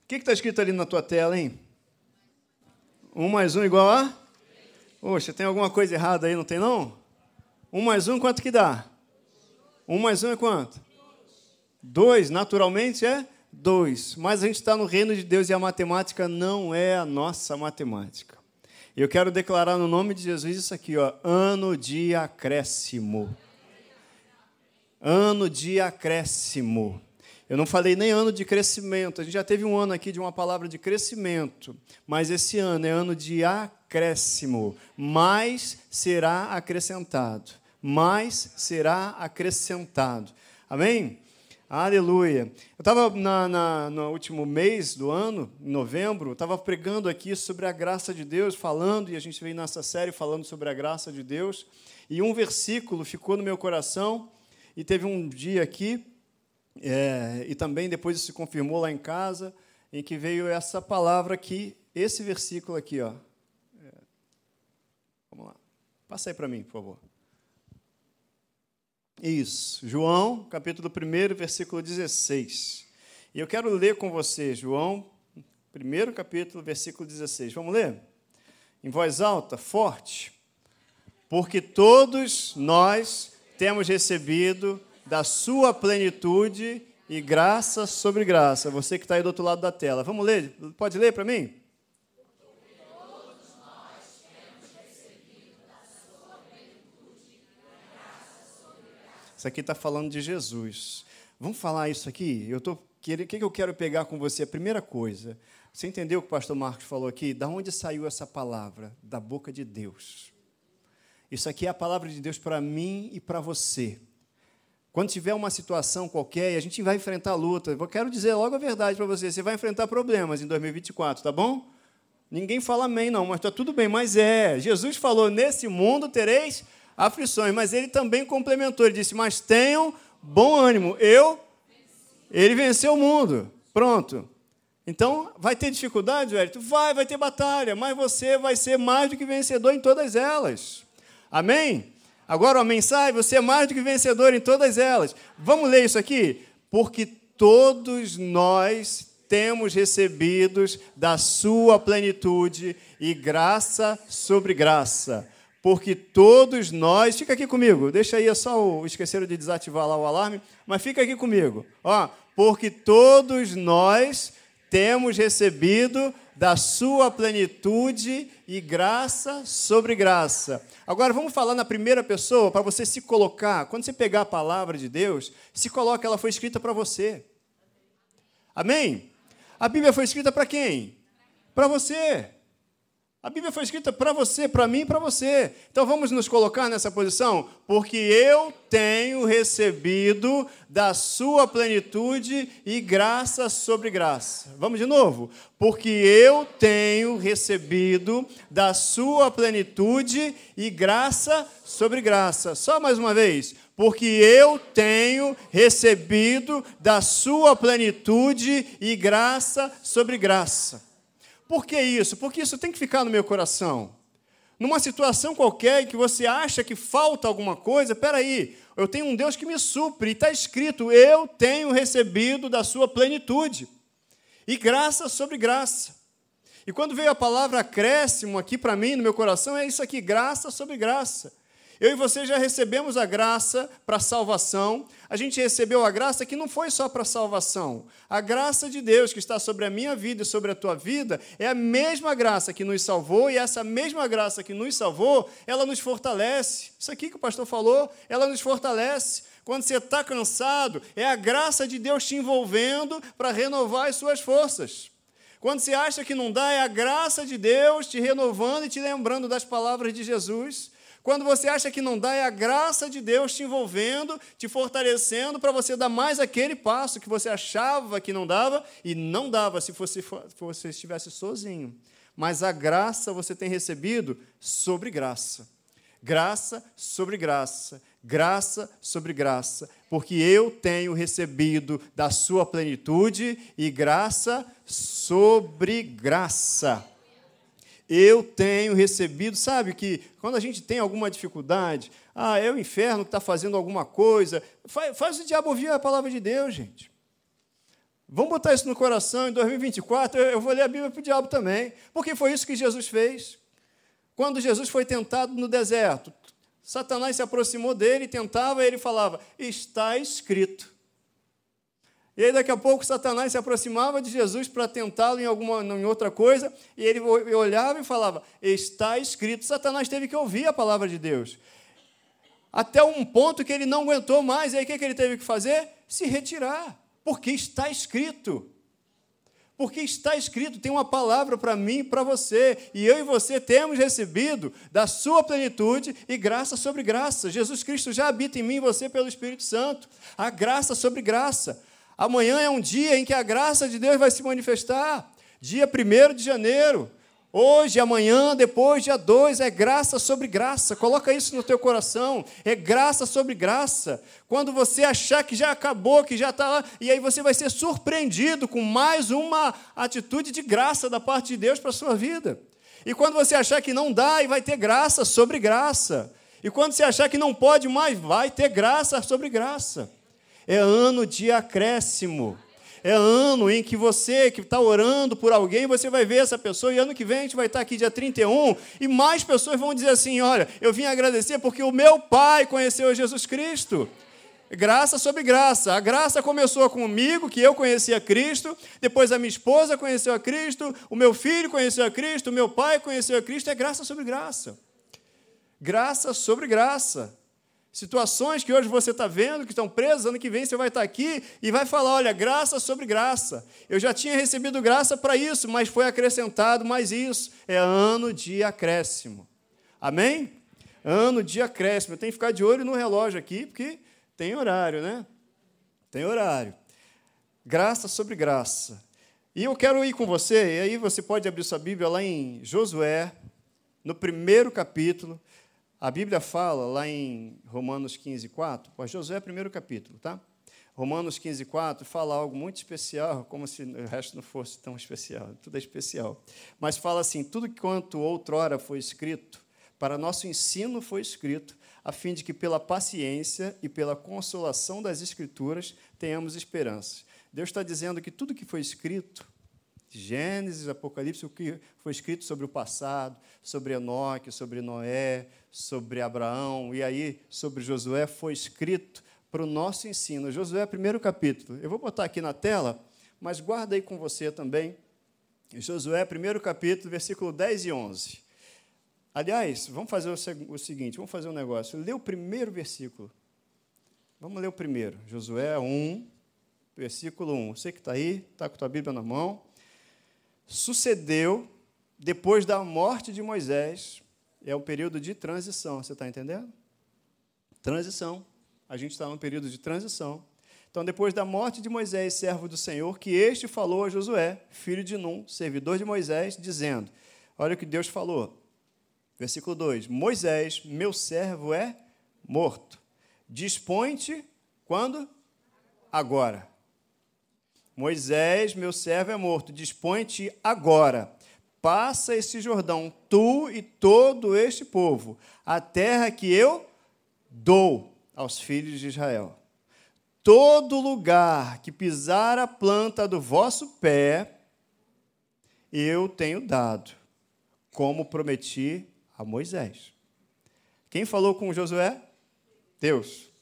que está escrito ali na tua tela, hein? 1 mais 1 igual a? Poxa, tem alguma coisa errada aí, não tem não? 1 mais 1, quanto que dá? 1 mais 1 é quanto? 2, naturalmente é 2. Mas a gente está no reino de Deus e a matemática não é a nossa matemática. Eu quero declarar no nome de Jesus isso aqui, ó, ano de acréscimo. Ano de acréscimo. Eu não falei nem ano de crescimento. A gente já teve um ano aqui de uma palavra de crescimento, mas esse ano é ano de acréscimo. Mais será acrescentado. Mais será acrescentado. Amém? Aleluia. Eu estava no último mês do ano, em novembro, estava pregando aqui sobre a graça de Deus, falando, e a gente veio nessa série falando sobre a graça de Deus, e um versículo ficou no meu coração, e teve um dia aqui, e também depois isso se confirmou lá em casa, em que veio essa palavra aqui, esse versículo aqui, ó. Vamos lá. Passa aí para mim, por favor. Isso, João, capítulo 1, versículo 16. E eu quero ler com você, João, 1º capítulo, versículo 16. Vamos ler? Em voz alta, forte. Porque todos nós temos recebido da sua plenitude e graça sobre graça. Você que está aí do outro lado da tela. Vamos ler? Pode ler para mim? Isso aqui está falando de Jesus. Vamos falar isso aqui? O que eu quero pegar com você? A primeira coisa, você entendeu o que o pastor Marcos falou aqui? Da onde saiu essa palavra? Da boca de Deus. Isso aqui é a palavra de Deus para mim e para você. Quando tiver uma situação qualquer, a gente vai enfrentar luta. Eu quero dizer logo a verdade para você. Você vai enfrentar problemas em 2024, tá bom? Ninguém fala amém, não, mas está tudo bem. Mas Jesus falou, nesse mundo tereis aflições, mas ele também complementou, ele disse, mas tenham bom ânimo, ele venceu o mundo, pronto. Então, vai ter dificuldade, Wellington? Vai ter batalha, mas você vai ser mais do que vencedor em todas elas. Amém? Agora, a mensagem, você é mais do que vencedor em todas elas. Vamos ler isso aqui? Porque todos nós temos recebidos da sua plenitude e graça sobre graça. Porque todos nós... Fica aqui comigo. Deixa aí, esqueceram de desativar lá o alarme, mas fica aqui comigo. Ó, porque todos nós temos recebido da sua plenitude e graça sobre graça. Agora, vamos falar na primeira pessoa, para você se colocar. Quando você pegar a palavra de Deus, se coloca, ela foi escrita para você. Amém? A Bíblia foi escrita para quem? Para você. A Bíblia foi escrita para você, para mim e para você. Então, vamos nos colocar nessa posição? Porque eu tenho recebido da sua plenitude e graça sobre graça. Vamos de novo? Porque eu tenho recebido da sua plenitude e graça sobre graça. Só mais uma vez. Porque eu tenho recebido da sua plenitude e graça sobre graça. Por que isso? Porque isso tem que ficar no meu coração. Numa situação qualquer em que você acha que falta alguma coisa, espera aí, eu tenho um Deus que me supre, e está escrito, eu tenho recebido da sua plenitude, e graça sobre graça. E quando veio a palavra acréscimo aqui para mim, no meu coração, é isso aqui, graça sobre graça. Eu e você já recebemos a graça para a salvação. A gente recebeu a graça que não foi só para a salvação. A graça de Deus que está sobre a minha vida e sobre a tua vida é a mesma graça que nos salvou, e essa mesma graça que nos salvou, ela nos fortalece. Isso aqui que o pastor falou, ela nos fortalece. Quando você está cansado, é a graça de Deus te envolvendo para renovar as suas forças. Quando você acha que não dá, é a graça de Deus te renovando e te lembrando das palavras de Jesus. Quando você acha que não dá, é a graça de Deus te envolvendo, te fortalecendo para você dar mais aquele passo que você achava que não dava, e não dava se você estivesse sozinho. Mas a graça você tem recebido sobre graça. Graça sobre graça. Graça sobre graça. Porque eu tenho recebido da sua plenitude e graça sobre graça. Eu tenho recebido, sabe que quando a gente tem alguma dificuldade, é o inferno que está fazendo alguma coisa, faz o diabo ouvir a palavra de Deus, gente. Vamos botar isso no coração, em 2024 eu vou ler a Bíblia para o diabo também, porque foi isso que Jesus fez. Quando Jesus foi tentado no deserto, Satanás se aproximou dele, tentava, e ele falava, está escrito. E aí, daqui a pouco, Satanás se aproximava de Jesus para tentá-lo em outra coisa, e ele olhava e falava, está escrito. Satanás teve que ouvir a palavra de Deus. Até um ponto que ele não aguentou mais, e aí o que ele teve que fazer? Se retirar, porque está escrito. Porque está escrito, tem uma palavra para mim e para você, e eu e você temos recebido da sua plenitude e graça sobre graça. Jesus Cristo já habita em mim e você pelo Espírito Santo. A graça sobre graça. Amanhã é um dia em que a graça de Deus vai se manifestar. Dia 1º de janeiro. Hoje, amanhã, depois, dia 2, é graça sobre graça. Coloca isso no teu coração. É graça sobre graça. Quando você achar que já acabou, que já está lá, e aí você vai ser surpreendido com mais uma atitude de graça da parte de Deus para a sua vida. E quando você achar que não dá, e vai ter graça sobre graça. E quando você achar que não pode mais, vai ter graça sobre graça. É ano de acréscimo. É ano em que você que está orando por alguém, você vai ver essa pessoa, e ano que vem a gente vai estar aqui dia 31, e mais pessoas vão dizer assim, olha, eu vim agradecer porque o meu pai conheceu Jesus Cristo. Graça sobre graça. A graça começou comigo, que eu conhecia Cristo, depois a minha esposa conheceu a Cristo, o meu filho conheceu a Cristo, o meu pai conheceu a Cristo, é graça sobre graça. Graça sobre graça. Situações que hoje você está vendo, que estão presas, ano que vem você vai estar aqui e vai falar, olha, graça sobre graça. Eu já tinha recebido graça para isso, mas foi acrescentado mais isso. É ano de acréscimo. Amém? Ano de acréscimo. Eu tenho que ficar de olho no relógio aqui, porque tem horário, né? Tem horário. Graça sobre graça. E eu quero ir com você, e aí você pode abrir sua Bíblia lá em Josué, no 1º capítulo. A Bíblia fala, lá em Romanos 15:4, Josué é 1º capítulo, tá? Romanos 15:4 fala algo muito especial, como se o resto não fosse tão especial, tudo é especial. Mas fala assim, tudo quanto outrora foi escrito, para nosso ensino foi escrito, a fim de que pela paciência e pela consolação das Escrituras tenhamos esperança. Deus está dizendo que tudo que foi escrito, Gênesis, Apocalipse, o que foi escrito sobre o passado, sobre Enoque, sobre Noé, sobre Abraão, e aí sobre Josué, foi escrito para o nosso ensino. Josué, 1º capítulo. Eu vou botar aqui na tela, mas guarda aí com você também. Josué, 1º capítulo, versículo 10 e 11. Aliás, vamos fazer o seguinte, vamos fazer um negócio. Lê o 1º versículo. Vamos ler o 1º. Josué 1, versículo 1. Você que está aí, está com a tua Bíblia na mão. Sucedeu, depois da morte de Moisés, é o período de transição, você está entendendo? Transição. A gente está num período de transição. Então, depois da morte de Moisés, servo do Senhor, que este falou a Josué, filho de Num, servidor de Moisés, dizendo, olha o que Deus falou, versículo 2, Moisés, meu servo, é morto. Dispõe-te, quando? Agora. Moisés, meu servo, é morto. Dispõe-te agora. Passa esse Jordão, tu e todo este povo, a terra que eu dou aos filhos de Israel. Todo lugar que pisar a planta do vosso pé, eu tenho dado, como prometi a Moisés. Quem falou com Josué? Deus.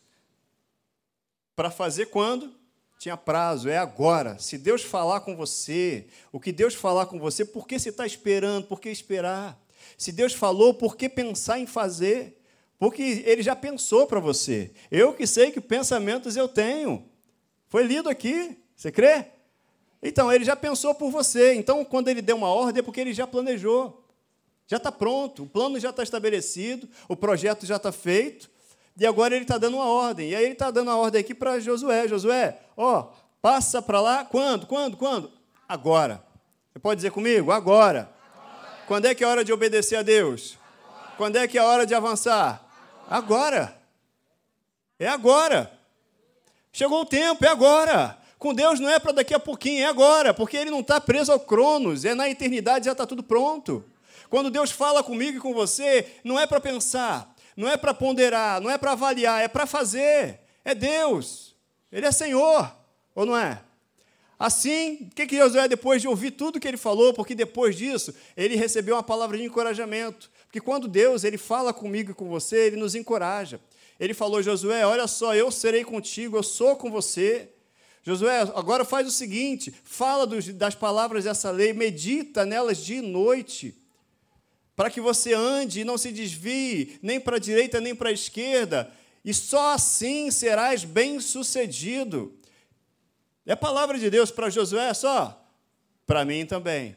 Para fazer quando? Tinha prazo, é agora. Se Deus falar com você, o que Deus falar com você, por que você está esperando? Por que esperar? Se Deus falou, por que pensar em fazer? Porque Ele já pensou para você. Eu que sei que pensamentos eu tenho. Foi lido aqui, você crê? Então, Ele já pensou por você. Então, quando Ele deu uma ordem, é porque Ele já planejou. Já está pronto, o plano já está estabelecido, o projeto já está feito. E agora ele está dando uma ordem. E aí ele está dando uma ordem aqui para Josué. Josué, passa para lá. Quando? Agora. Você pode dizer comigo? Agora. Quando é que é hora de obedecer a Deus? Quando é que é hora de avançar? Agora. É agora. Chegou o tempo, é agora. Com Deus não é para daqui a pouquinho, é agora. Porque Ele não está preso ao Cronos. É na eternidade, já está tudo pronto. Quando Deus fala comigo e com você, não é para pensar. Não é para ponderar, não é para avaliar, é para fazer. É Deus. Ele é Senhor, ou não é? Assim, o que Josué, depois de ouvir tudo que ele falou, porque depois disso, ele recebeu uma palavra de encorajamento. Porque quando Deus ele fala comigo e com você, ele nos encoraja. Ele falou, Josué, olha só, eu serei contigo, eu sou com você. Josué, agora faz o seguinte, fala das palavras dessa lei, medita nelas dia e noite, para que você ande e não se desvie, nem para a direita, nem para a esquerda, e só assim serás bem-sucedido. É a palavra de Deus para Josué só? Para mim também.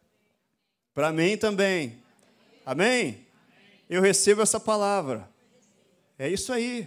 Para mim também. Amém? Eu recebo essa palavra. É isso aí.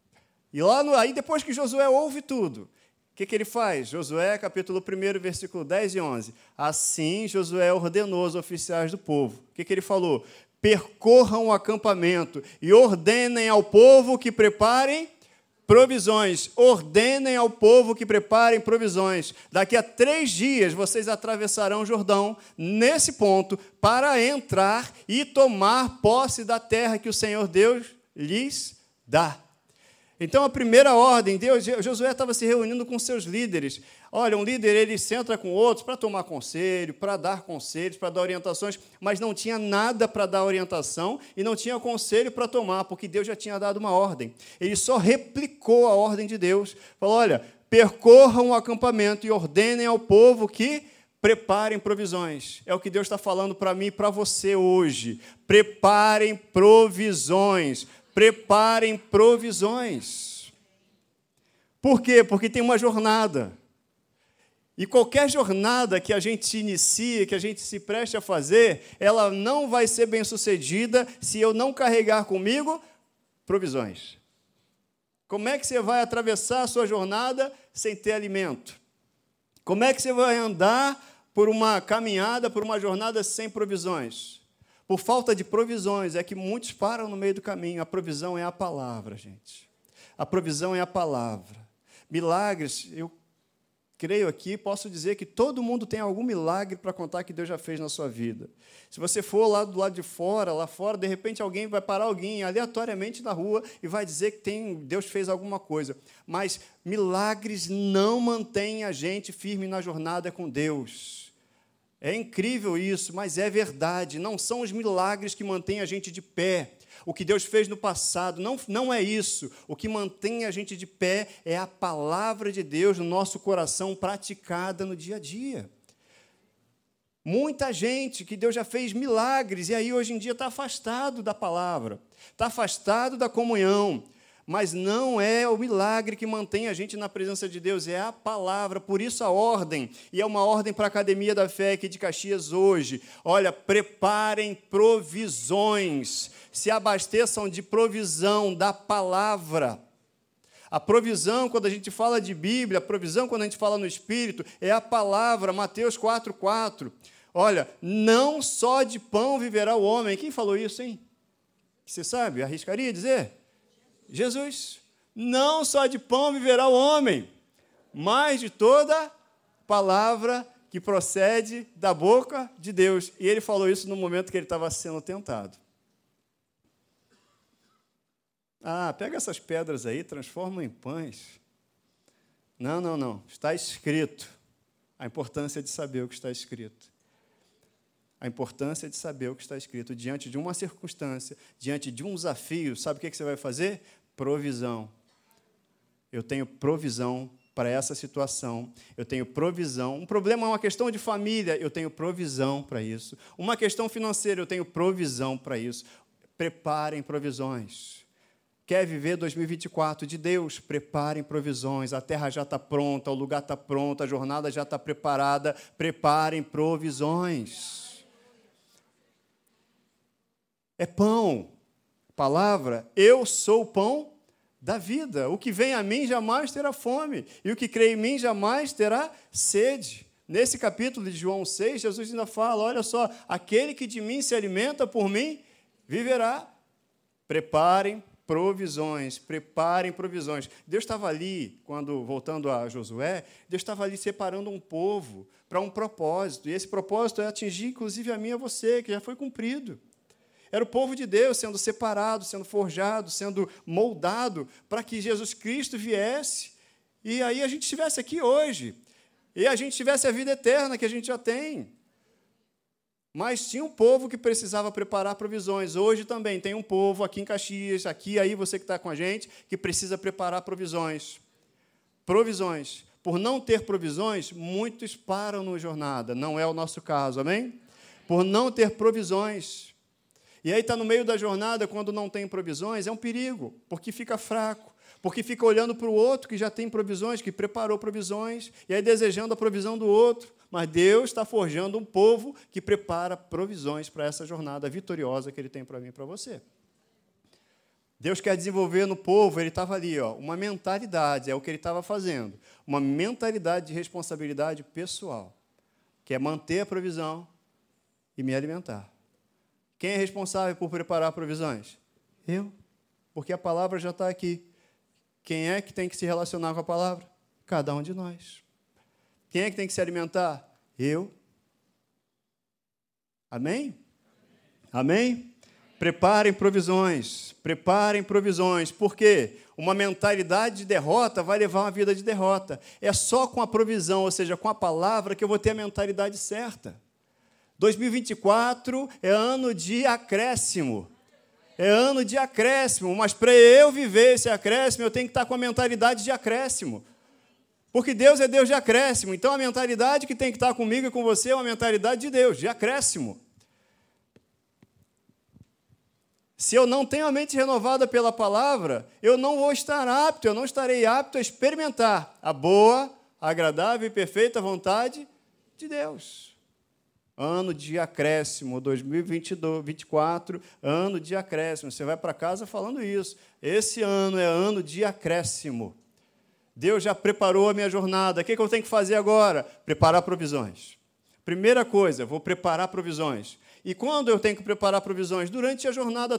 E aí depois que Josué ouve tudo, o que ele faz? Josué, capítulo 1, versículo 10 e 11. Assim Josué ordenou aos oficiais do povo. O que ele falou? Percorram o acampamento e ordenem ao povo que preparem provisões. Ordenem ao povo que preparem provisões. Daqui a 3 dias vocês atravessarão o Jordão, nesse ponto, para entrar e tomar posse da terra que o Senhor Deus lhes dá. Então, a primeira ordem, Josué estava se reunindo com seus líderes. Olha, um líder, ele senta com outros para tomar conselho, para dar conselhos, para dar orientações, mas não tinha nada para dar orientação e não tinha conselho para tomar, porque Deus já tinha dado uma ordem. Ele só replicou a ordem de Deus. Falou, olha, percorram o acampamento e ordenem ao povo que preparem provisões. É o que Deus está falando para mim e para você hoje. Preparem provisões. Preparem provisões. Por quê? Porque tem uma jornada. E qualquer jornada que a gente se inicie, que a gente se preste a fazer, ela não vai ser bem-sucedida se eu não carregar comigo provisões. Como é que você vai atravessar a sua jornada sem ter alimento? Como é que você vai andar por uma caminhada, por uma jornada sem provisões? Por falta de provisões, é que muitos param no meio do caminho. A provisão é a palavra, gente. A provisão é a palavra. Milagres, eu creio aqui, posso dizer que todo mundo tem algum milagre para contar que Deus já fez na sua vida. Se você for lá do lado de fora, lá fora, de repente alguém vai parar alguém aleatoriamente na rua e vai dizer que Deus fez alguma coisa. Mas milagres não mantêm a gente firme na jornada com Deus. É incrível isso, mas é verdade. Não são os milagres que mantêm a gente de pé. O que Deus fez no passado não é isso. O que mantém a gente de pé é a palavra de Deus no nosso coração, praticada no dia a dia. Muita gente que Deus já fez milagres, e aí hoje em dia está afastado da palavra, está afastado da comunhão. Mas não é o milagre que mantém a gente na presença de Deus, é a palavra. Por isso a ordem, e é uma ordem para a Academia da Fé aqui de Caxias hoje. Olha, preparem provisões, se abasteçam de provisão da palavra. A provisão, quando a gente fala de Bíblia, a provisão, quando a gente fala no Espírito, é a palavra, Mateus 4,4. Olha, não só de pão viverá o homem. Quem falou isso, hein? Você sabe? Arriscaria dizer? Jesus. Não só de pão viverá o homem, mas de toda palavra que procede da boca de Deus. E ele falou isso no momento que ele estava sendo tentado. Pega essas pedras aí, transforma em pães. Não. Está escrito. A importância de saber o que está escrito. A importância de saber o que está escrito. Diante de uma circunstância, diante de um desafio, sabe o que você vai fazer? Provisão. Eu tenho provisão para essa situação. Eu tenho provisão. Um problema é uma questão de família, eu tenho provisão para isso. Uma questão financeira, eu tenho provisão para isso. Preparem provisões. Quer viver 2024 de Deus? Preparem provisões. A terra já está pronta, o lugar está pronto, a jornada já está preparada. Preparem provisões. É pão. Palavra, eu sou o pão da vida. O que vem a mim jamais terá fome, e o que crê em mim jamais terá sede. Nesse capítulo de João 6, Jesus ainda fala, olha só, aquele que de mim se alimenta, por mim viverá. Preparem provisões, preparem provisões. Deus estava ali, voltando a Josué, Deus estava ali separando um povo para um propósito, e esse propósito é atingir, inclusive, a mim e a você, que já foi cumprido. Era o povo de Deus sendo separado, sendo forjado, sendo moldado para que Jesus Cristo viesse. E aí a gente estivesse aqui hoje. e a gente tivesse a vida eterna que a gente já tem. Mas tinha um povo que precisava preparar provisões. Hoje também tem um povo aqui em Caxias, aqui, aí, você que está com a gente, que precisa preparar provisões. Provisões. Por não ter provisões, muitos param na jornada. Não é o nosso caso, amém? Por não ter provisões. E aí está no meio da jornada, quando não tem provisões, é um perigo, porque fica fraco, porque fica olhando para o outro que já tem provisões, que preparou provisões, e aí desejando a provisão do outro. Mas Deus está forjando um povo que prepara provisões para essa jornada vitoriosa que Ele tem para mim e para você. Deus quer desenvolver no povo, Ele estava ali, uma mentalidade, é o que Ele estava fazendo, uma mentalidade de responsabilidade pessoal, que é manter a provisão e me alimentar. Quem é responsável por preparar provisões? Eu, porque a palavra já está aqui. Quem é que tem que se relacionar com a palavra? Cada um de nós. Quem é que tem que se alimentar? Eu. Amém? Amém? Preparem provisões. Preparem provisões. Por quê? Uma mentalidade de derrota vai levar uma vida de derrota. É só com a provisão, ou seja, com a palavra, que eu vou ter a mentalidade certa. 2024 é ano de acréscimo. É ano de acréscimo, mas para eu viver esse acréscimo, eu tenho que estar com a mentalidade de acréscimo. Porque Deus é Deus de acréscimo. Então, a mentalidade que tem que estar comigo e com você é uma mentalidade de Deus, de acréscimo. Se eu não tenho a mente renovada pela palavra, eu não vou estar apto, eu não estarei apto a experimentar a boa, agradável e perfeita vontade de Deus. Ano de acréscimo, 2024, ano de acréscimo. Você vai para casa falando isso. Esse ano é ano de acréscimo. Deus já preparou a minha jornada. O que eu tenho que fazer agora? Preparar provisões. Primeira coisa, vou preparar provisões. E quando eu tenho que preparar provisões? Durante a jornada.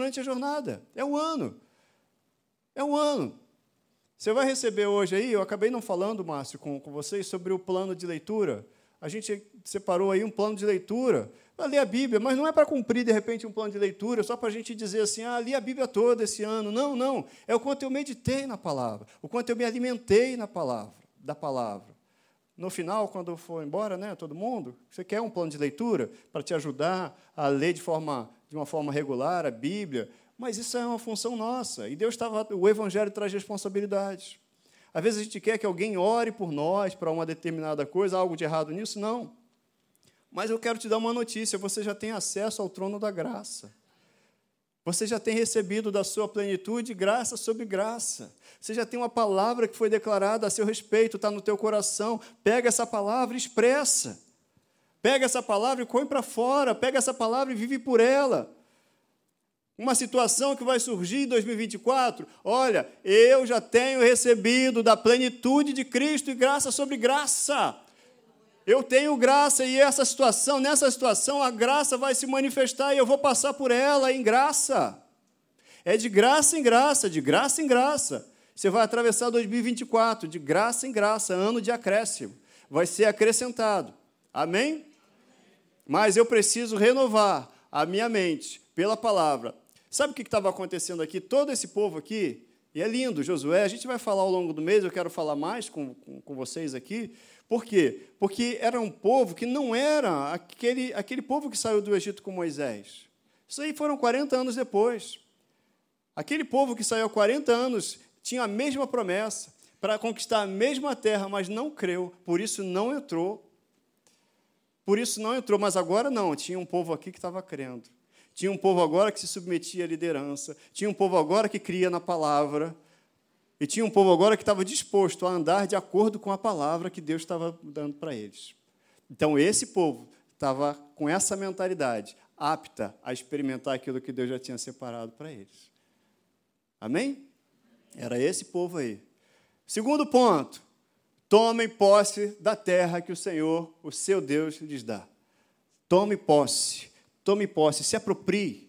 É um ano. É um ano. Você vai receber hoje aí, eu acabei não falando, Márcio, com vocês, sobre o plano de leitura. A gente separou aí um plano de leitura para ler a Bíblia, mas não é para cumprir, de repente, um plano de leitura, só para a gente dizer assim, li a Bíblia toda esse ano. Não, não. É o quanto eu meditei na palavra, o quanto eu me alimentei da palavra. No final, quando for embora, né, todo mundo, você quer um plano de leitura para te ajudar a ler de uma forma regular a Bíblia, mas isso é uma função nossa, e o Evangelho traz responsabilidades. Às vezes a gente quer que alguém ore por nós, para uma determinada coisa, algo de errado nisso? Não. Mas eu quero te dar uma notícia, você já tem acesso ao trono da graça. Você já tem recebido da sua plenitude graça sobre graça. Você já tem uma palavra que foi declarada a seu respeito, está no teu coração. Pega essa palavra e expressa. Pega essa palavra e põe para fora. Pega essa palavra e vive por ela. Uma situação que vai surgir em 2024, olha, eu já tenho recebido da plenitude de Cristo e graça sobre graça. Eu tenho graça e nessa situação, a graça vai se manifestar e eu vou passar por ela em graça. É de graça em graça, de graça em graça. Você vai atravessar 2024, de graça em graça, ano de acréscimo. Vai ser acrescentado. Amém? Mas eu preciso renovar a minha mente pela palavra. Sabe o que estava acontecendo aqui? Todo esse povo aqui, e é lindo, Josué, a gente vai falar ao longo do mês, eu quero falar mais com vocês aqui. Por quê? Porque era um povo que não era aquele povo que saiu do Egito com Moisés. Isso aí foram 40 anos depois. Aquele povo que saiu há 40 anos tinha a mesma promessa para conquistar a mesma terra, mas não creu, por isso não entrou. Mas agora não, tinha um povo aqui que estava crendo. Tinha um povo agora que se submetia à liderança. Tinha um povo agora que cria na palavra. E tinha um povo agora que estava disposto a andar de acordo com a palavra que Deus estava dando para eles. Então, esse povo estava com essa mentalidade, apta a experimentar aquilo que Deus já tinha separado para eles. Amém? Era esse povo aí. Segundo ponto, tomem posse da terra que o Senhor, o seu Deus, lhes dá. Tome posse, se aproprie.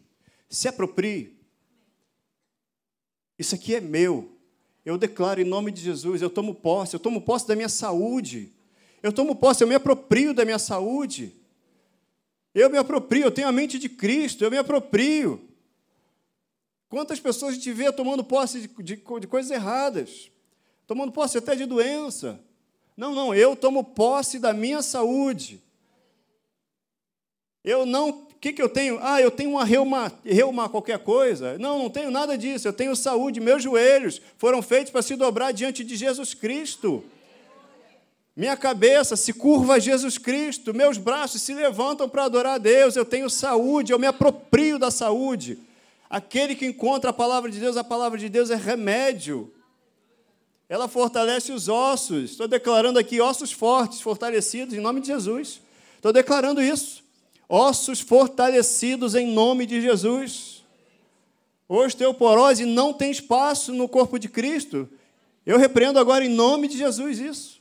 Isso aqui é meu. Eu declaro em nome de Jesus, eu tomo posse da minha saúde. Eu me aproprio da minha saúde. Eu me aproprio, eu tenho a mente de Cristo, eu me aproprio. Quantas pessoas a gente vê tomando posse de coisas erradas, tomando posse até de doença, Não, eu tomo posse da minha saúde. O que eu tenho? Eu tenho uma reuma qualquer coisa. Não tenho nada disso, eu tenho saúde, meus joelhos foram feitos para se dobrar diante de Jesus Cristo. Minha cabeça se curva a Jesus Cristo, meus braços se levantam para adorar a Deus, eu tenho saúde, eu me aproprio da saúde. Aquele que encontra a palavra de Deus é remédio. Ela fortalece os ossos. Estou declarando aqui ossos fortes, fortalecidos, em nome de Jesus. Estou declarando isso. Ossos fortalecidos em nome de Jesus. Osteoporose não tem espaço no corpo de Cristo. Eu repreendo agora em nome de Jesus isso.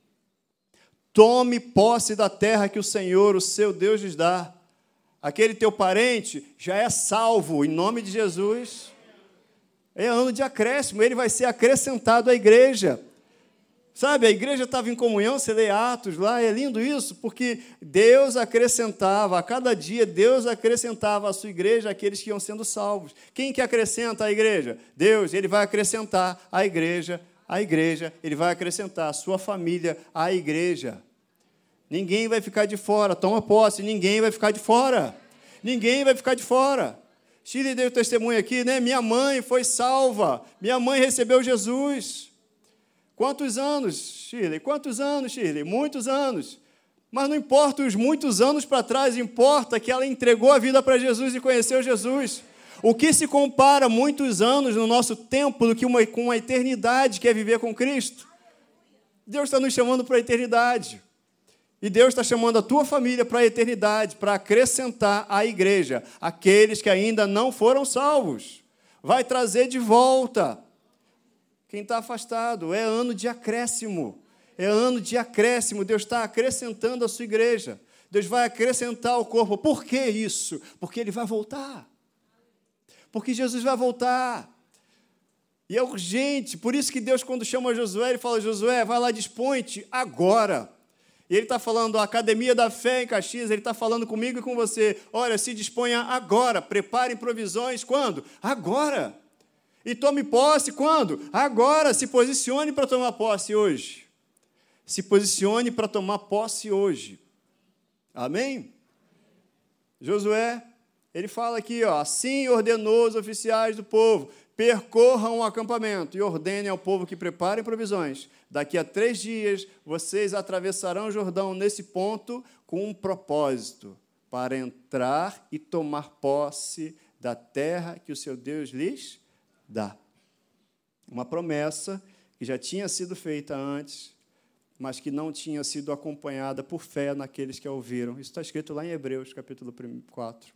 Tome posse da terra que o Senhor, o seu Deus, lhes dá. Aquele teu parente já é salvo em nome de Jesus. É ano de acréscimo, ele vai ser acrescentado à igreja. Sabe, a igreja estava em comunhão, você lê Atos lá, é lindo isso, porque Deus acrescentava, a cada dia Deus acrescentava à sua igreja aqueles que iam sendo salvos. Quem que acrescenta a igreja? Deus, ele vai acrescentar a igreja, ele vai acrescentar a sua família à igreja. Ninguém vai ficar de fora, toma posse, ninguém vai ficar de fora. Ninguém vai ficar de fora. Shirley deu testemunho aqui, né? Minha mãe foi salva, minha mãe recebeu Jesus. Quantos anos, Shirley? Muitos anos. Mas não importa os muitos anos para trás, importa que ela entregou a vida para Jesus e conheceu Jesus. O que se compara muitos anos no nosso tempo do que com uma eternidade que é viver com Cristo? Deus está nos chamando para a eternidade. E Deus está chamando a tua família para a eternidade, para acrescentar à igreja aqueles que ainda não foram salvos. Vai trazer de volta quem está afastado. É ano de acréscimo. Deus está acrescentando a sua igreja. Deus vai acrescentar o corpo. Por que isso? Porque Ele vai voltar. Porque Jesus vai voltar. E é urgente. Por isso que Deus, quando chama Josué, Ele fala: Josué, vai lá, dispõe-te agora. E Ele está falando da Academia da Fé em Caxias, Ele está falando comigo e com você. Olha, se disponha agora. Preparem provisões. Quando? Agora. E tome posse quando? Agora. Se posicione para tomar posse hoje. Se posicione para tomar posse hoje. Amém? Josué, ele fala aqui, assim ordenou os oficiais do povo: percorram o acampamento e ordenem ao povo que preparem provisões. Daqui a 3 dias, vocês atravessarão o Jordão nesse ponto com um propósito, para entrar e tomar posse da terra que o seu Deus lhes dá. Uma promessa que já tinha sido feita antes, mas que não tinha sido acompanhada por fé naqueles que a ouviram. Isso está escrito lá em Hebreus, capítulo 4.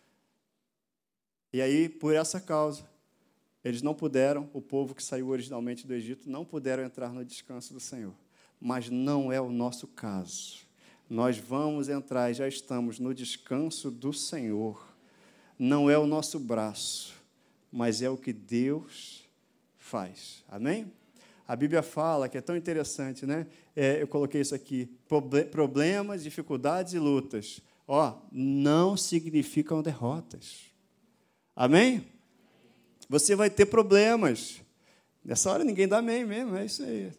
E aí, por essa causa, eles não puderam, o povo que saiu originalmente do Egito, não puderam entrar no descanso do Senhor. Mas não é o nosso caso. Nós vamos entrar, já estamos no descanso do Senhor. Não é o nosso braço, mas é o que Deus faz. Amém? A Bíblia fala, que é tão interessante, né? Eu coloquei isso aqui: problemas, dificuldades e lutas, não significam derrotas. Amém? Você vai ter problemas. Nessa hora ninguém dá amém mesmo, é isso aí.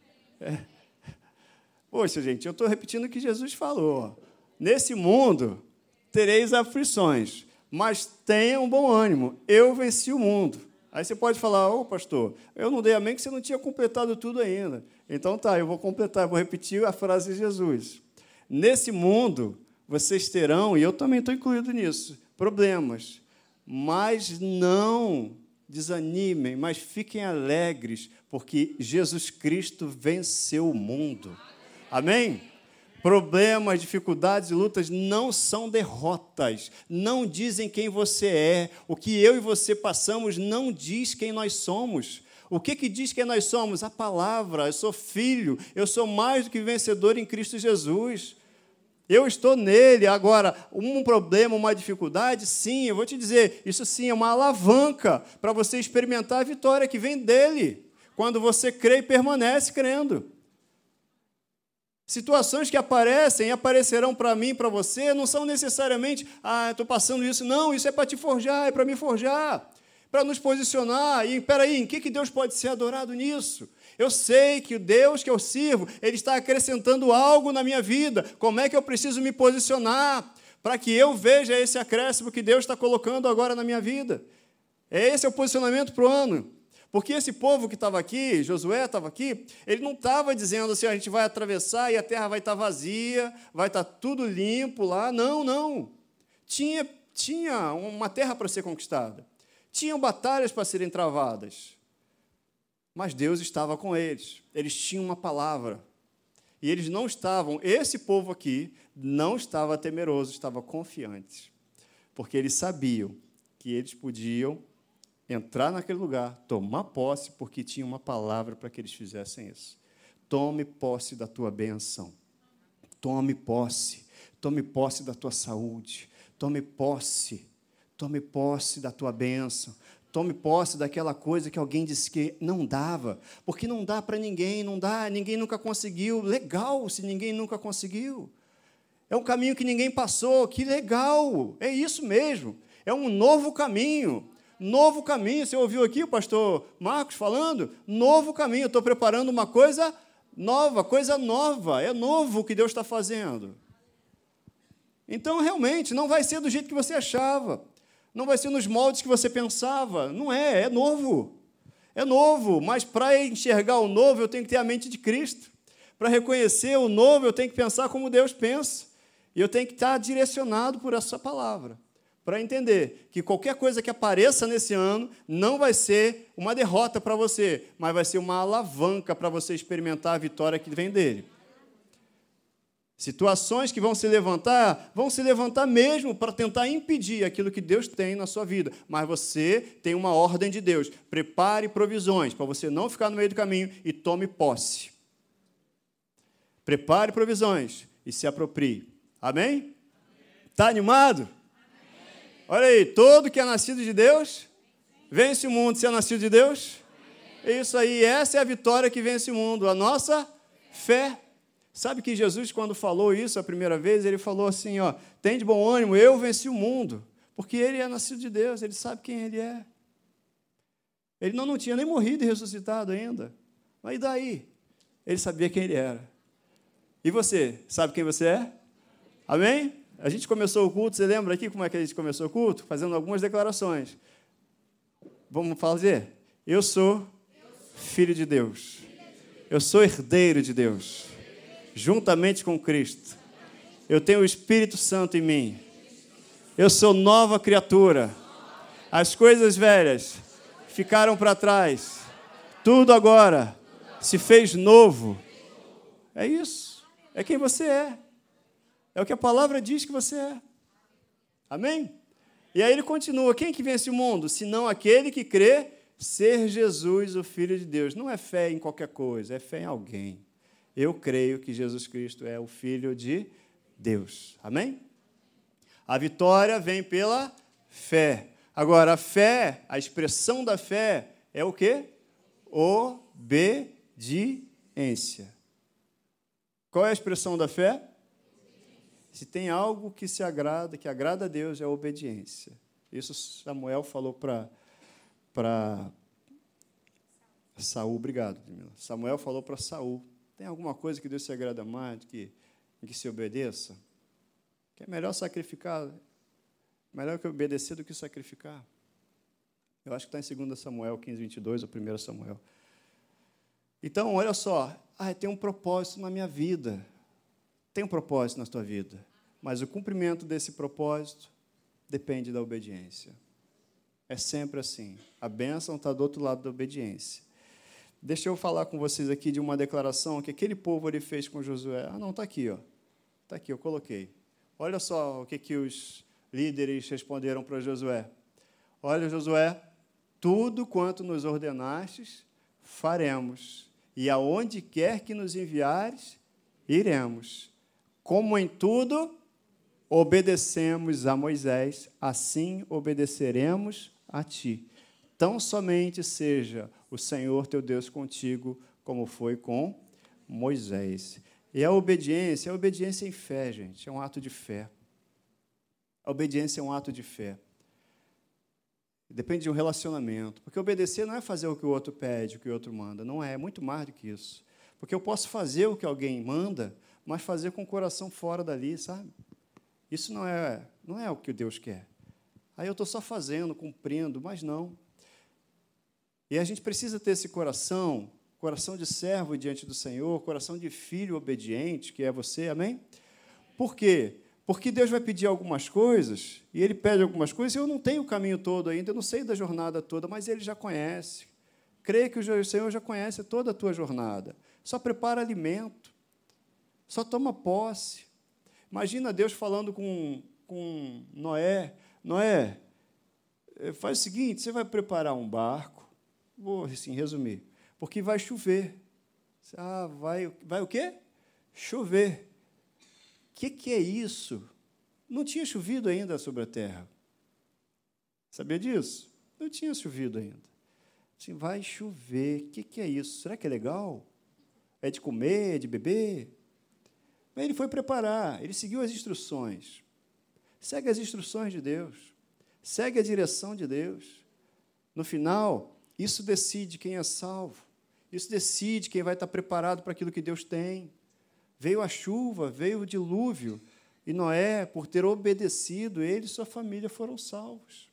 Poxa, gente, eu estou repetindo o que Jesus falou. Nesse mundo tereis aflições, mas tenham bom ânimo. Eu venci o mundo. Aí você pode falar: pastor, eu não dei amém que você não tinha completado tudo ainda. Então tá, eu vou completar, vou repetir a frase de Jesus. Nesse mundo vocês terão, e eu também estou incluído nisso, problemas, mas não desanimem, mas fiquem alegres, porque Jesus Cristo venceu o mundo. Amém? Problemas, dificuldades e lutas não são derrotas, não dizem quem você é. O que eu e você passamos não diz quem nós somos. O que diz quem nós somos? A palavra. Eu sou filho, eu sou mais do que vencedor em Cristo Jesus. Eu estou nele. Agora, um problema, uma dificuldade, sim, eu vou te dizer, isso sim é uma alavanca para você experimentar a vitória que vem dele, quando você crê e permanece crendo. Situações que aparecem e aparecerão para mim, para você, não são necessariamente: estou passando isso. Não, isso é para te forjar, é para me forjar. para nos posicionar. E, peraí, em que Deus pode ser adorado nisso? Eu sei que o Deus que eu sirvo, Ele está acrescentando algo na minha vida. Como é que eu preciso me posicionar para que eu veja esse acréscimo que Deus está colocando agora na minha vida? Esse é o posicionamento para o ano. Porque esse povo que estava aqui, Josué estava aqui, ele não estava dizendo assim, a gente vai atravessar e a terra vai estar vazia, vai estar tudo limpo lá. Não, não. Tinha uma terra para ser conquistada. Tinham batalhas para serem travadas. Mas Deus estava com eles. Eles tinham uma palavra. E eles não estavam, esse povo aqui, não estava temeroso, estava confiante. Porque eles sabiam que eles podiam entrar naquele lugar, tomar posse, porque tinha uma palavra para que eles fizessem isso. Tome posse da tua bênção. Tome posse da tua saúde. Tome posse da tua bênção. Tome posse daquela coisa que alguém disse que não dava, porque não dá para ninguém, não dá, ninguém nunca conseguiu. Legal se ninguém nunca conseguiu. É um caminho que ninguém passou, que legal, é isso mesmo. É um novo caminho. Novo caminho, você ouviu aqui o pastor Marcos falando? Novo caminho, eu estou preparando uma coisa nova, é novo o que Deus está fazendo. Então, realmente, não vai ser do jeito que você achava, não vai ser nos moldes que você pensava, não é novo. É novo, mas para enxergar o novo, eu tenho que ter a mente de Cristo. Para reconhecer o novo, eu tenho que pensar como Deus pensa, e eu tenho que estar direcionado por essa palavra. Para entender que qualquer coisa que apareça nesse ano não vai ser uma derrota para você, mas vai ser uma alavanca para você experimentar a vitória que vem dele. Situações que vão se levantar mesmo para tentar impedir aquilo que Deus tem na sua vida. Mas você tem uma ordem de Deus. Prepare provisões para você não ficar no meio do caminho e tome posse. Prepare provisões e se aproprie. Amém? Está animado? Olha aí, todo que é nascido de Deus, vence o mundo. Se é nascido de Deus, é isso aí. Essa é a vitória que vence o mundo, a nossa fé. Sabe que Jesus, quando falou isso a primeira vez, ele falou assim, tem de bom ânimo, eu venci o mundo. Porque ele é nascido de Deus, ele sabe quem ele é. Ele não tinha nem morrido e ressuscitado ainda. Mas e daí? Ele sabia quem ele era. E você, sabe quem você é? Amém? A gente começou o culto, você lembra aqui como é que a gente começou o culto? Fazendo algumas declarações. Vamos fazer? Eu sou filho de Deus. Eu sou herdeiro de Deus. Juntamente com Cristo. Eu tenho o Espírito Santo em mim. Eu sou nova criatura. As coisas velhas ficaram para trás. Tudo agora se fez novo. É isso. É quem você é. É o que a palavra diz que você é. Amém? E aí ele continua. Quem que vence o mundo? Senão aquele que crê ser Jesus, o Filho de Deus. Não é fé em qualquer coisa, é fé em alguém. Eu creio que Jesus Cristo é o Filho de Deus. Amém? A vitória vem pela fé. Agora, a fé, a expressão da fé é o quê? Obediência. Qual é a expressão da fé? Se tem algo que que agrada a Deus, é a obediência. Isso Samuel falou para Saul. Obrigado, Camila. Samuel falou para Saul. Tem alguma coisa que Deus se agrada mais do que em que se obedeça? Que é melhor sacrificar, melhor que obedecer do que sacrificar. Eu acho que está em 2 Samuel 15, 22, ou 1 Samuel. Então, olha só, tem um propósito na minha vida. Tem um propósito na tua vida, mas o cumprimento desse propósito depende da obediência. É sempre assim. A bênção está do outro lado da obediência. Deixa eu falar com vocês aqui de uma declaração que aquele povo ele fez com Josué. Não, está aqui, Está aqui, eu coloquei. Olha só o que os líderes responderam para Josué. Olha, Josué, tudo quanto nos ordenastes, faremos. E aonde quer que nos enviares, iremos. Como em tudo obedecemos a Moisés, assim obedeceremos a ti. Tão somente seja o Senhor teu Deus contigo, como foi com Moisés. E a obediência em fé, gente, é um ato de fé. A obediência é um ato de fé. Depende de um relacionamento. Porque obedecer não é fazer o que o outro pede, o que o outro manda. Não é, é muito mais do que isso. Porque eu posso fazer o que alguém manda, mas fazer com o coração fora dali, sabe? Isso não é o que Deus quer. Aí eu estou só fazendo, cumprindo, mas não. E a gente precisa ter esse coração de servo diante do Senhor, coração de filho obediente, que é você, amém? Por quê? Porque Deus vai pedir algumas coisas, e Ele pede algumas coisas, e eu não tenho o caminho todo ainda, eu não sei da jornada toda, mas Ele já conhece. Creia que o Senhor já conhece toda a tua jornada. Só prepara alimento, só toma posse. Imagina Deus falando com Noé, Noé, faz o seguinte, você vai preparar um barco, vou assim, resumir, porque vai chover. Vai o quê? Chover. O que é isso? Não tinha chovido ainda sobre a terra. Sabia disso? Não tinha chovido ainda. Assim, vai chover. O que é isso? Será que é legal? É de comer, é de beber? Mas ele foi preparar, ele seguiu as instruções. Segue as instruções de Deus. Segue a direção de Deus. No final, isso decide quem é salvo. Isso decide quem vai estar preparado para aquilo que Deus tem. Veio a chuva, veio o dilúvio, e Noé, por ter obedecido, ele e sua família foram salvos.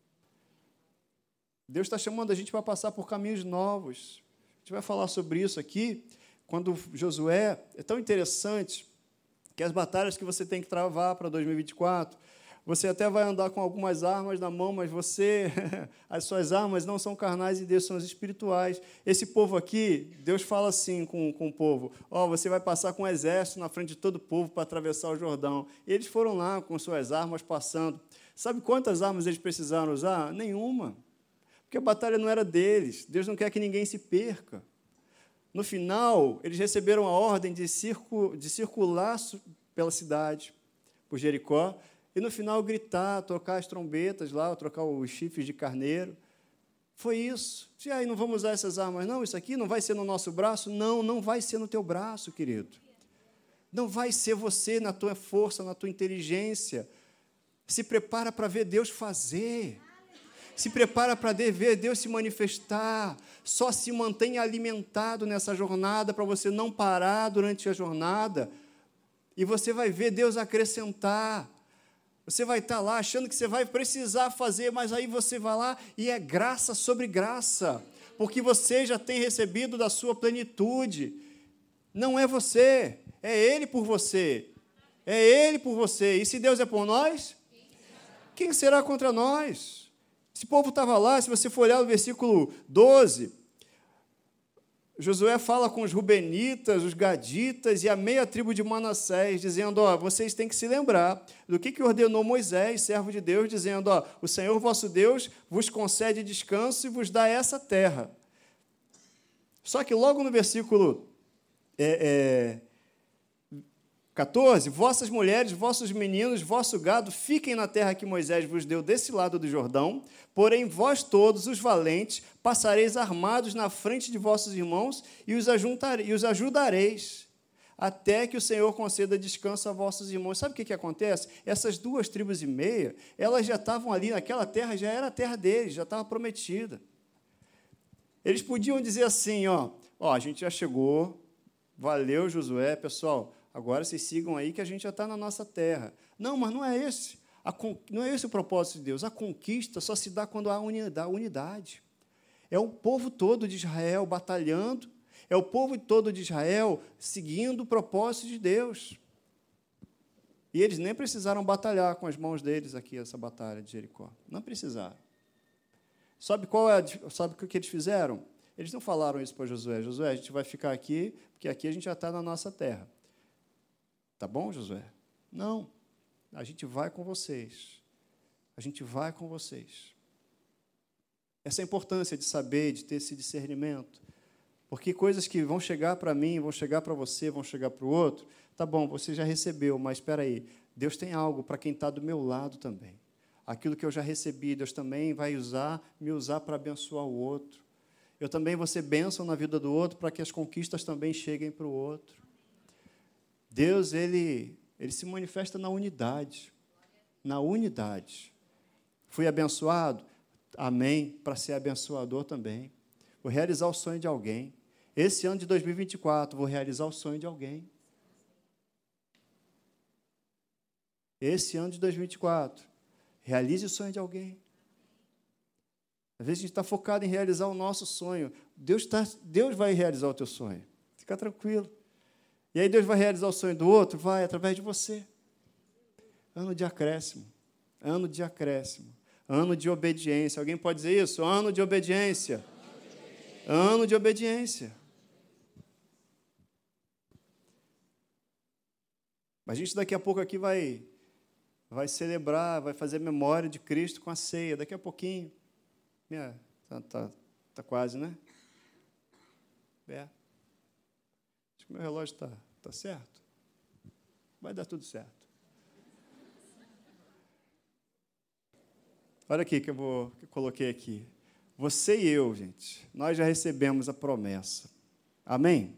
Deus está chamando a gente para passar por caminhos novos. A gente vai falar sobre isso aqui, quando Josué, é tão interessante, que as batalhas que você tem que travar para 2024, você até vai andar com algumas armas na mão, mas as suas armas não são carnais e Deus são as espirituais. Esse povo aqui, Deus fala assim com o povo, você vai passar com um exército na frente de todo o povo para atravessar o Jordão. E eles foram lá com suas armas passando. Sabe quantas armas eles precisaram usar? Nenhuma. Porque a batalha não era deles. Deus não quer que ninguém se perca. No final, eles receberam a ordem de circular pela cidade, por Jericó, e, no final, gritar, tocar as trombetas lá, trocar os chifres de carneiro. Foi isso. E aí, não vamos usar essas armas, não? Isso aqui não vai ser no nosso braço? Não, não vai ser no teu braço, querido. Não vai ser você na tua força, na tua inteligência. Se prepara para ver Deus fazer. Se prepara para ver Deus se manifestar. Só se mantenha alimentado nessa jornada para você não parar durante a jornada. E você vai ver Deus acrescentar. Você vai estar lá achando que você vai precisar fazer, mas aí você vai lá e é graça sobre graça, porque você já tem recebido da sua plenitude. Não é você, é Ele por você. É Ele por você. E se Deus é por nós, quem será contra nós? Esse povo estava lá, se você for olhar o versículo 12, Josué fala com os rubenitas, os gaditas e a meia tribo de Manassés, dizendo, vocês têm que se lembrar do que ordenou Moisés, servo de Deus, dizendo, o Senhor vosso Deus vos concede descanso e vos dá essa terra. Só que logo no versículo 14, vossas mulheres, vossos meninos, vosso gado, fiquem na terra que Moisés vos deu desse lado do Jordão, porém vós todos, os valentes, passareis armados na frente de vossos irmãos e os ajudareis, até que o Senhor conceda descanso a vossos irmãos. Sabe o que acontece? Essas 2 tribos e meia, elas já estavam ali, naquela terra, já era a terra deles, já estava prometida. Eles podiam dizer assim, a gente já chegou, valeu, Josué, pessoal, agora vocês sigam aí que a gente já está na nossa terra. Não, mas não é esse. Não é esse o propósito de Deus. A conquista só se dá quando há unidade. É o povo todo de Israel batalhando, é o povo todo de Israel seguindo o propósito de Deus. E eles nem precisaram batalhar com as mãos deles aqui, essa batalha de Jericó. Não precisaram. Sabe o que eles fizeram? Eles não falaram isso para Josué. Josué, a gente vai ficar aqui, porque aqui a gente já está na nossa terra. Tá bom, Josué? Não. A gente vai com vocês. A gente vai com vocês. Essa é a importância de saber, de ter esse discernimento. Porque coisas que vão chegar para mim, vão chegar para você, vão chegar para o outro, tá bom, você já recebeu, mas espera aí, Deus tem algo para quem está do meu lado também. Aquilo que eu já recebi, Deus também vai me usar para abençoar o outro. Eu também vou ser bênção na vida do outro para que as conquistas também cheguem para o outro. Deus, ele se manifesta na unidade. Na unidade. Fui abençoado? Amém? Para ser abençoador também. Vou realizar o sonho de alguém. Esse ano de 2024, vou realizar o sonho de alguém. Esse ano de 2024, realize o sonho de alguém. Às vezes a gente está focado em realizar o nosso sonho. Deus vai realizar o teu sonho. Fica tranquilo. E aí Deus vai realizar o sonho do outro? Vai, através de você. Ano de acréscimo. Ano de acréscimo. Ano de obediência. Alguém pode dizer isso? Ano de obediência. Ano de obediência. A gente daqui a pouco aqui vai celebrar, vai fazer memória de Cristo com a ceia. Daqui a pouquinho. Tá quase, né? Acho que meu relógio tá certo. Vai dar tudo certo. Olha aqui que eu coloquei aqui. Você e eu, gente, nós já recebemos a promessa. Amém?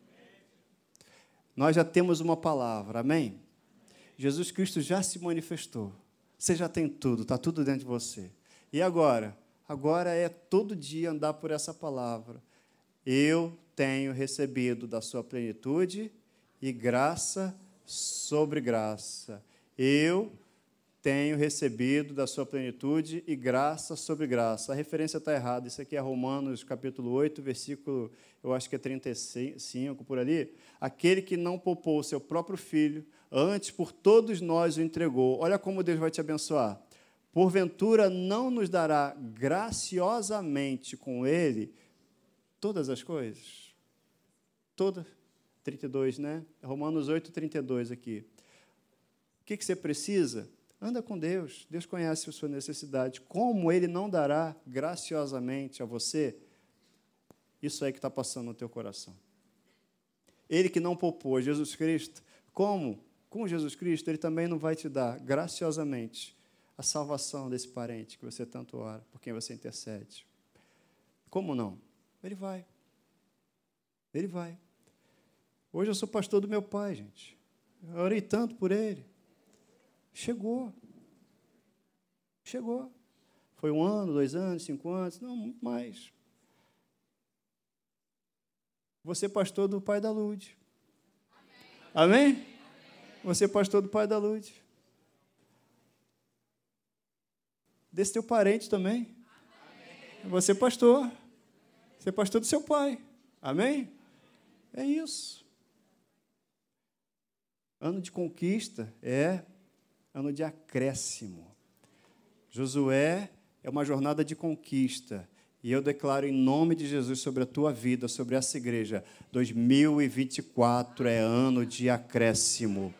Nós já temos uma palavra. Amém? Jesus Cristo já se manifestou. Você já tem tudo, está tudo dentro de você. E agora? Agora é todo dia andar por essa palavra. Eu tenho recebido da sua plenitude e graça sobre graça. Eu tenho recebido da sua plenitude e graça sobre graça. A referência está errada. Isso aqui é Romanos, capítulo 8, versículo, eu acho que é 35, por ali. Aquele que não poupou o seu próprio filho, antes por todos nós o entregou. Olha como Deus vai te abençoar. Porventura não nos dará graciosamente com ele todas as coisas? Todas. 32, né? Romanos 8, 32 aqui. O que você precisa? Anda com Deus. Deus conhece a sua necessidade. Como Ele não dará graciosamente a você? Isso aí que está passando no teu coração. Ele que não poupou Jesus Cristo, como? Com Jesus Cristo, Ele também não vai te dar graciosamente a salvação desse parente que você tanto ora, por quem você intercede. Como não? Ele vai. Ele vai. Hoje eu sou pastor do meu pai, gente. Eu orei tanto por ele. Chegou. Foi 1 ano, 2 anos, 5 anos, não, muito mais. Você é pastor do pai da Lud. Amém? Você é pastor do pai da Lud. Desse teu parente também. Você é pastor. Você é pastor do seu pai. Amém? É isso. Ano de conquista é ano de acréscimo. Josué é uma jornada de conquista. E eu declaro em nome de Jesus sobre a tua vida, sobre essa igreja, 2024 é ano de acréscimo.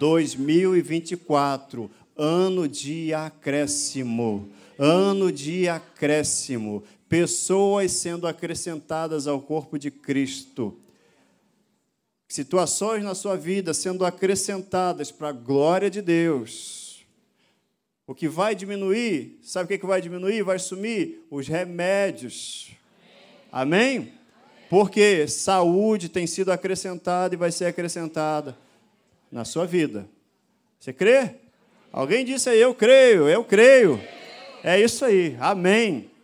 2024, ano de acréscimo. Ano de acréscimo. Pessoas sendo acrescentadas ao corpo de Cristo. Situações na sua vida sendo acrescentadas para a glória de Deus. O que vai diminuir, sabe o que vai diminuir? Vai sumir os remédios. Amém? Porque saúde tem sido acrescentada e vai ser acrescentada na sua vida. Você crê? Alguém disse aí, eu creio. É isso aí. Amém.